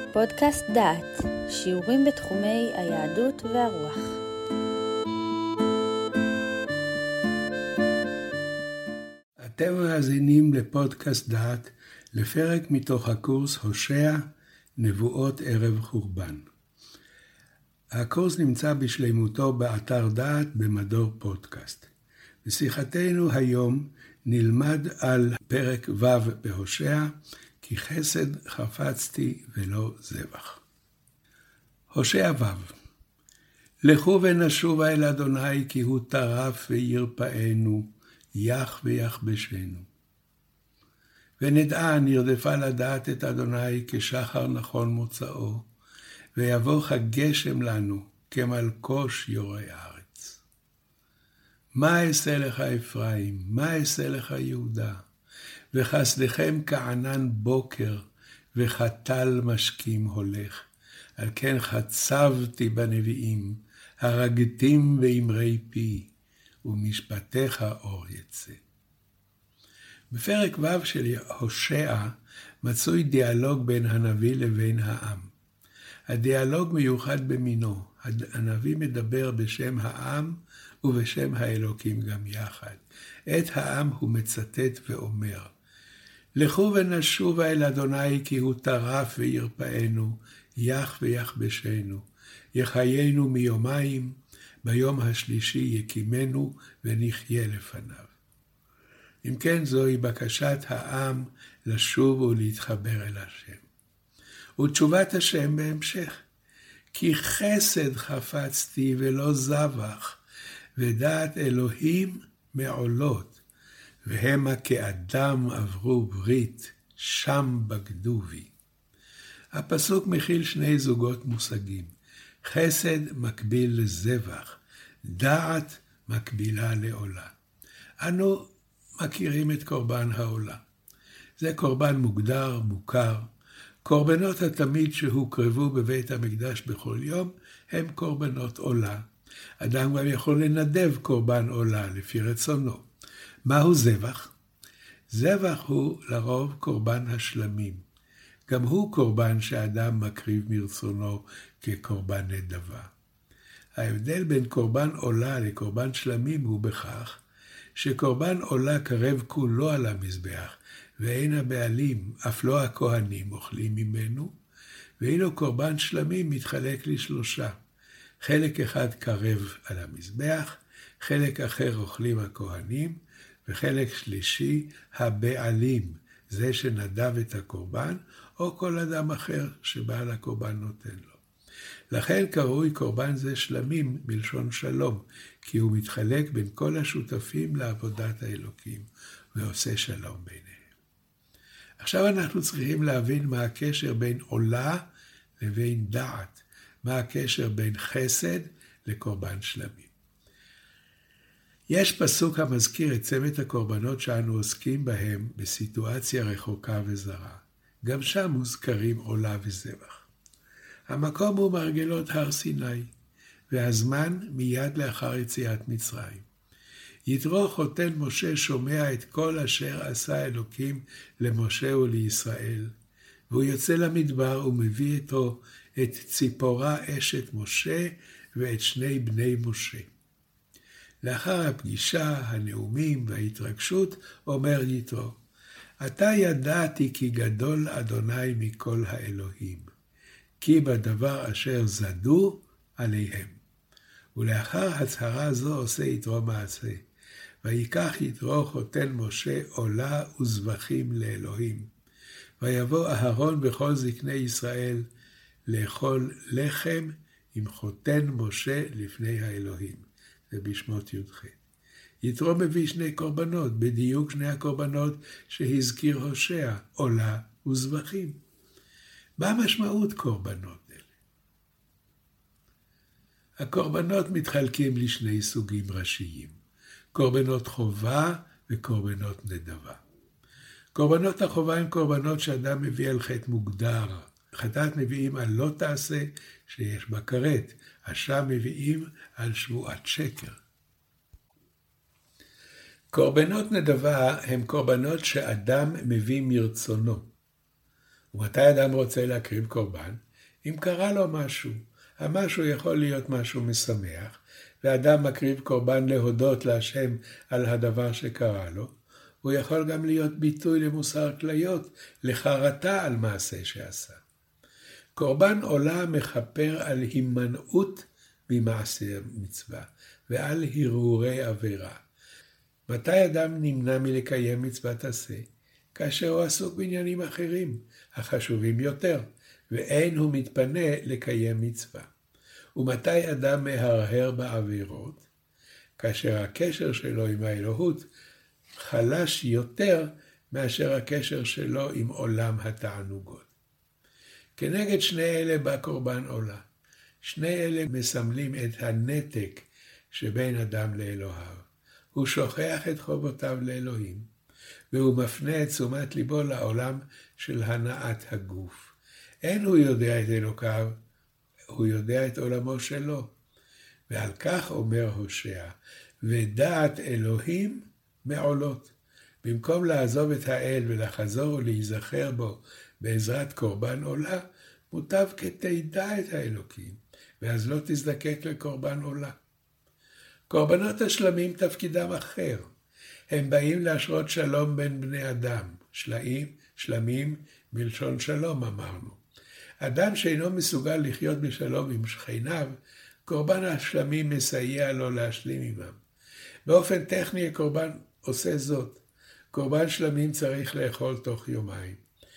פודקאסט דעת, שיעורים בתחומי היהדות והרוח. אתם מאזינים לפודקאסט דעת, לפרק מתוך הקורס הושע, נבואות ערב חורבן. הקורס נמצא בשלמותו באתר דעת במדור פודקאסט. בשיחתנו היום נלמד על פרק ו' בהושע, כי חסד חפצתי ולא זבח. הושע ו' לכו ונשובה אל אדוני, כי הוא טרף וירפאנו, יח ויחבשנו. ונדעה נרדפה לדעת את אדוני כשחר נכון מוצאו, ויבוא כגשם לנו כמלקוש יורי הארץ. מה אעשה לך אפרים, מה אעשה לך יהודה? וחסדכם כענן בוקר, וכטל משקים הולך. על כן חצבתי בנביאים, הרגתים ואמרי פי, ומשפטיך אור יצא. בפרק ו' של הושע מצוי דיאלוג בין הנביא לבין העם. הדיאלוג מיוחד במינו, הנביא מדבר בשם העם ובשם האלוקים גם יחד. את העם הוא מצטט ואומר, לכו ונשובה אל אדוני, כי הוא טרף וירפאנו, יח ויחבשנו, יחיינו מיומיים, ביום השלישי יקימנו ונחיה לפניו. אם כן, זוהי בקשת העם לשוב ולהתחבר אל השם. ותשובת השם בהמשך, כי חסד חפצתי ולא זבח, ודעת אלוהים מעולות, והמה כאדם עברו ברית, שם בגדו בי. הפסוק מכיל שני זוגות מושגים. חסד מקביל לזבח, דעת מקבילה לעולה. אנו מכירים את קורבן העולה. זה קורבן מוגדר, מוכר. קורבנות התמיד שהוקרבו בבית המקדש בכל יום הם קורבנות עולה. אדם גם יכול לנדב קורבן עולה לפי רצונו. מהו זבח? זבח הוא לרוב קורבן השלמים. גם הוא קורבן שאדם מקריב מרצונו כקורבן נדבה. ההבדל בין קורבן עולה לקורבן שלמים הוא בכך שקורבן עולה קרב כולו על המזבח, ואין הבעלים, אף לא הכהנים, אוכלים ממנו, ואילו קורבן שלמים מתחלק לשלושה. חלק אחד קרב על המזבח, חלק אחר אוכלים הכהנים, וחלק שלישי הבעלים, זה שנדב את הקורבן, או כל אדם אחר שבעל הקורבן נותן לו. לכן קרוי קורבן זה שלמים מלשון שלום, כי הוא מתחלק בין כל השותפים לעבודת האלוקים, ועושה שלום ביניהם. עכשיו אנחנו צריכים להבין מה הקשר בין עולה לבין דעת, מה הקשר בין חסד לקורבן שלמים. יש פסוק המזכיר את צוות הקורבנות שאנו עוסקים בהם בסיטואציה רחוקה וזרה. גם שם מוזכרים עולה וזבח. המקום הוא מרגלות הר סיני, והזמן מיד לאחר יציאת מצרים. יתרו חותן משה שומע את כל אשר עשה אלוקים למשה ולישראל, והוא יוצא למדבר ומביא איתו את ציפורה אשת משה ואת שני בני משה. לאחר הפגישה, הנאומים וההתרגשות, אומר יתרו, אתה ידעתי כי גדול אדוני מכל האלוהים, כי בדבר אשר זדו עליהם. ולאחר הצהרה זו עושה יתרו מעשה, ויקח יתרו חותן משה עולה וזבחים לאלוהים. ויבוא אהרון וכל זקני ישראל לאכול לחם עם חותן משה לפני האלוהים. זה בשמות י"ח. יתרו מביא שני קורבנות, בדיוק שני הקורבנות שהזכיר הושע, עולה וזבחים. מה משמעות קורבנות אלה? הקורבנות מתחלקים לשני סוגים ראשיים, קורבנות חובה וקורבנות נדבה. קורבנות החובה הם קורבנות שאדם מביא על חטא מוגדר. חטאת מביאים על לא תעשה שיש בה כרת, אשם מביאים על שבועת שקר. קורבנות נדבה הם קורבנות שאדם מביא מרצונו. ומתי אדם רוצה להקריב קורבן? אם קרה לו משהו. המשהו יכול להיות משהו משמח, ואדם מקריב קורבן להודות להשם על הדבר שקרה לו. הוא יכול גם להיות ביטוי למוסר כליות, לחרטה על מעשה שעשה. קורבן עולה מכפר על הימנעות ממעשה מצווה, ועל הרהורי עבירה. מתי אדם נמנע מלקיים מצוות עשה? כאשר הוא עסוק בעניינים אחרים, החשובים יותר, ואין הוא מתפנה לקיים מצווה. ומתי אדם מהרהר בעבירות? כאשר הקשר שלו עם האלוהות חלש יותר מאשר הקשר שלו עם עולם התענוגות. כנגד שני אלה בא קורבן עולה. שני אלה מסמלים את הנתק שבין אדם לאלוהיו. הוא שוכח את חובותיו לאלוהים, והוא מפנה את תשומת ליבו לעולם של הנעת הגוף. אין הוא יודע את אלוקיו, הוא יודע את עולמו שלו. ועל כך אומר הושע, ודעת אלוהים מעולות. במקום לעזוב את האל ולחזור ולהיזכר בו בעזרת קורבן עולה, מוטב כתדע את האלוקים, ואז לא תזדקק לקורבן עולה. קורבנות השלמים תפקידם אחר. הם באים להשרות שלום בין בני אדם. שלמים מלשון שלום אמרנו. אדם שאינו מסוגל לחיות בשלום עם שכניו, קורבן השלמים מסייע לו להשלים עמם. באופן טכני הקורבן עושה זאת. קורבן שלמים צריך לאכול תוך יומיים.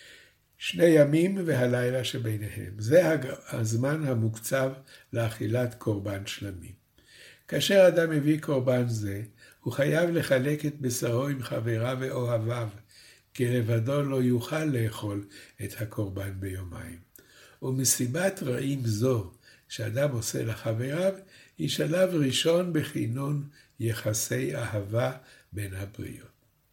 2 ימים והלילה שביניהם. זה הזמן המוקצב לאכילת קורבן שלמים. כאשר אדם מביא קורבן זה, הוא חייב לחלק את בשרו עם חבריו ואוהביו, כי לבדו לא יוכל לאכול את הקורבן ביומיים. ומסיבת רעים זו שאדם עושה לחבריו, היא שלב ראשון בכינון יחסי אהבה בין הבריות.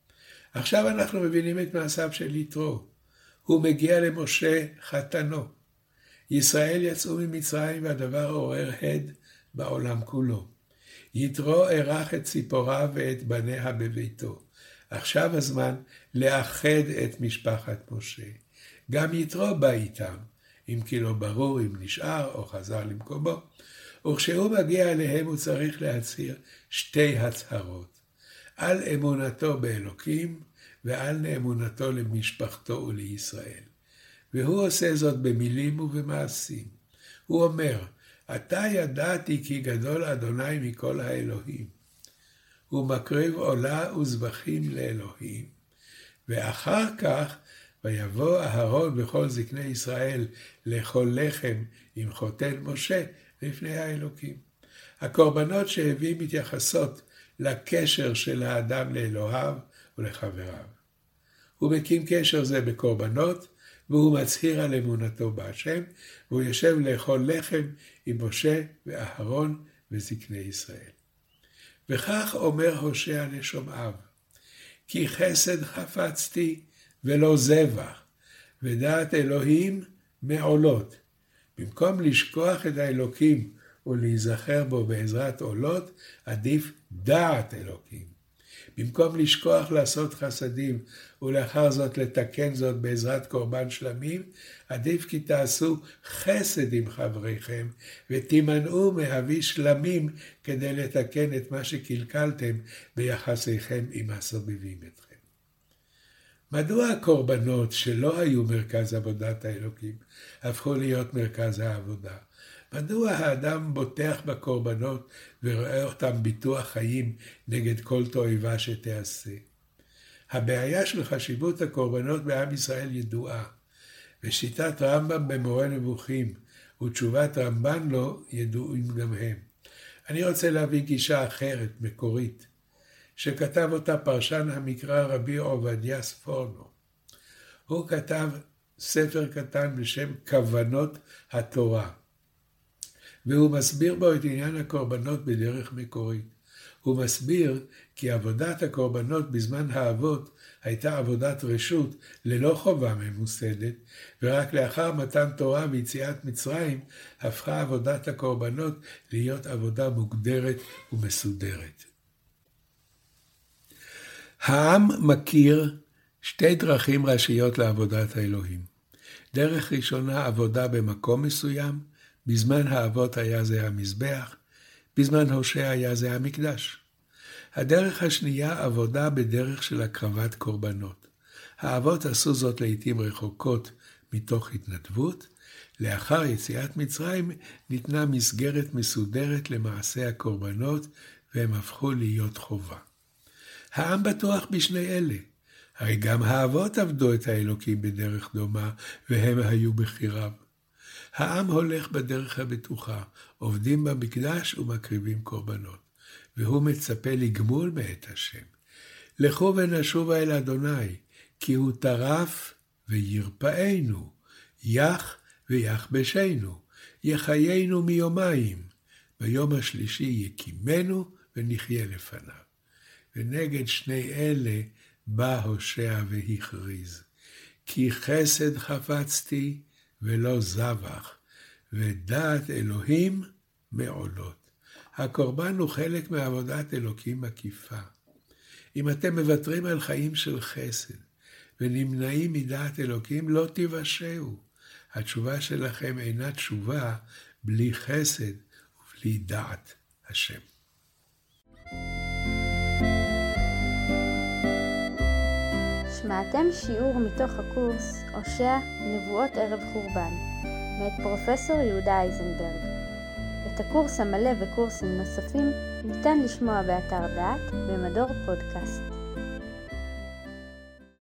עכשיו אנחנו מבינים את מעשיו של יתרו. הוא מגיע למשה חתנו. ישראל יצאו ממצרים והדבר עורר הד בעולם כולו. יתרו ערך את ציפורה ואת בניה בביתו. עכשיו הזמן לאחד את משפחת משה. גם יתרו בא איתם, אם כי לא ברור אם נשאר או חזר למקומו. וכשהוא מגיע אליהם הוא צריך להצהיר 2 הצהרות. על אמונתו באלוקים ועל נאמונתו למשפחתו ולישראל. והוא עושה זאת במילים ובמעשים. הוא אומר, אתה ידעתי כי גדול אדוני מכל האלוהים. הוא מקריב עולה וזבחים לאלוהים. ואחר כך ויבוא אהרון וכל זקני ישראל לאכול לחם עם חותן משה לפני האלוקים. הקורבנות שהביא מתייחסות לקשר של האדם לאלוהיו ולחבריו. הוא מקים קשר זה בקורבנות, והוא מצהיר על אמונתו בהשם, והוא יושב לאכול לחם עם משה ואהרון וזקני ישראל. וכך אומר הושע לשומעיו, כי חסד חפצתי ולא זבח, ודעת אלוהים מעולות. במקום לשכוח את האלוקים ולהיזכר בו בעזרת עולות, עדיף דעת אלוקים. במקום לשכוח לעשות חסדים ולאחר זאת לתקן זאת בעזרת קורבן שלמים, עדיף כי תעשו חסד עם חבריכם ותימנעו מהביא שלמים כדי לתקן את מה שקלקלתם ביחסיכם עם הסובבים אתכם. מדוע הקורבנות שלא היו מרכז עבודת האלוקים הפכו להיות מרכז העבודה? מדוע האדם בוטח בקורבנות ורואה אותם ביטוח חיים נגד כל תועבה שתעשה? הבעיה של חשיבות הקורבנות בעם ישראל ידועה, ושיטת רמב"ם במורה נבוכים ותשובת רמב"ן לו ידועים גם הם. אני רוצה להביא גישה אחרת, מקורית, שכתב אותה פרשן המקרא רבי עובדיה ספורנו. הוא כתב ספר קטן בשם כוונות התורה. והוא מסביר בו את עניין הקורבנות בדרך מקורית. הוא מסביר כי עבודת הקורבנות בזמן האבות הייתה עבודת רשות ללא חובה ממוסדת, ורק לאחר מתן תורה ויציאת מצרים הפכה עבודת הקורבנות להיות עבודה מוגדרת ומסודרת. העם מכיר 2 דרכים ראשיות לעבודת האלוהים. דרך ראשונה עבודה במקום מסוים, בזמן האבות היה זה המזבח, בזמן הושע היה זה המקדש. הדרך השנייה עבודה בדרך של הקרבת קורבנות. האבות עשו זאת לעתים רחוקות מתוך התנדבות, לאחר יציאת מצרים ניתנה מסגרת מסודרת למעשה הקורבנות והם הפכו להיות חובה. העם בטוח בשני אלה. הרי גם האבות עבדו את האלוקים בדרך דומה והם היו בחיריו. העם הולך בדרך הבטוחה, עובדים במקדש ומקריבים קורבנות, והוא מצפה לגמול מאת השם. לכו ונשובה אל אדוני, כי הוא טרף וירפאנו, יח ויחבשנו, יחיינו מיומיים, ביום השלישי יקימנו ונחיה לפניו. ונגד שני אלה בא הושע והכריז, כי חסד חפצתי ולא זבח, ודעת אלוהים מעולות. הקורבן הוא חלק מעבודת אלוקים מקיפה. אם אתם מוותרים על חיים של חסד ונמנעים מדעת אלוקים, לא תיוושעו. התשובה שלכם אינה תשובה בלי חסד ובלי דעת השם. שמעתם שיעור מתוך הקורס הושע נבואות ערב חורבן מאת פרופסור יהודה אייזנברג. את הקורס המלא וקורסים נוספים ניתן לשמוע באתר דעת במדור פודקאסט.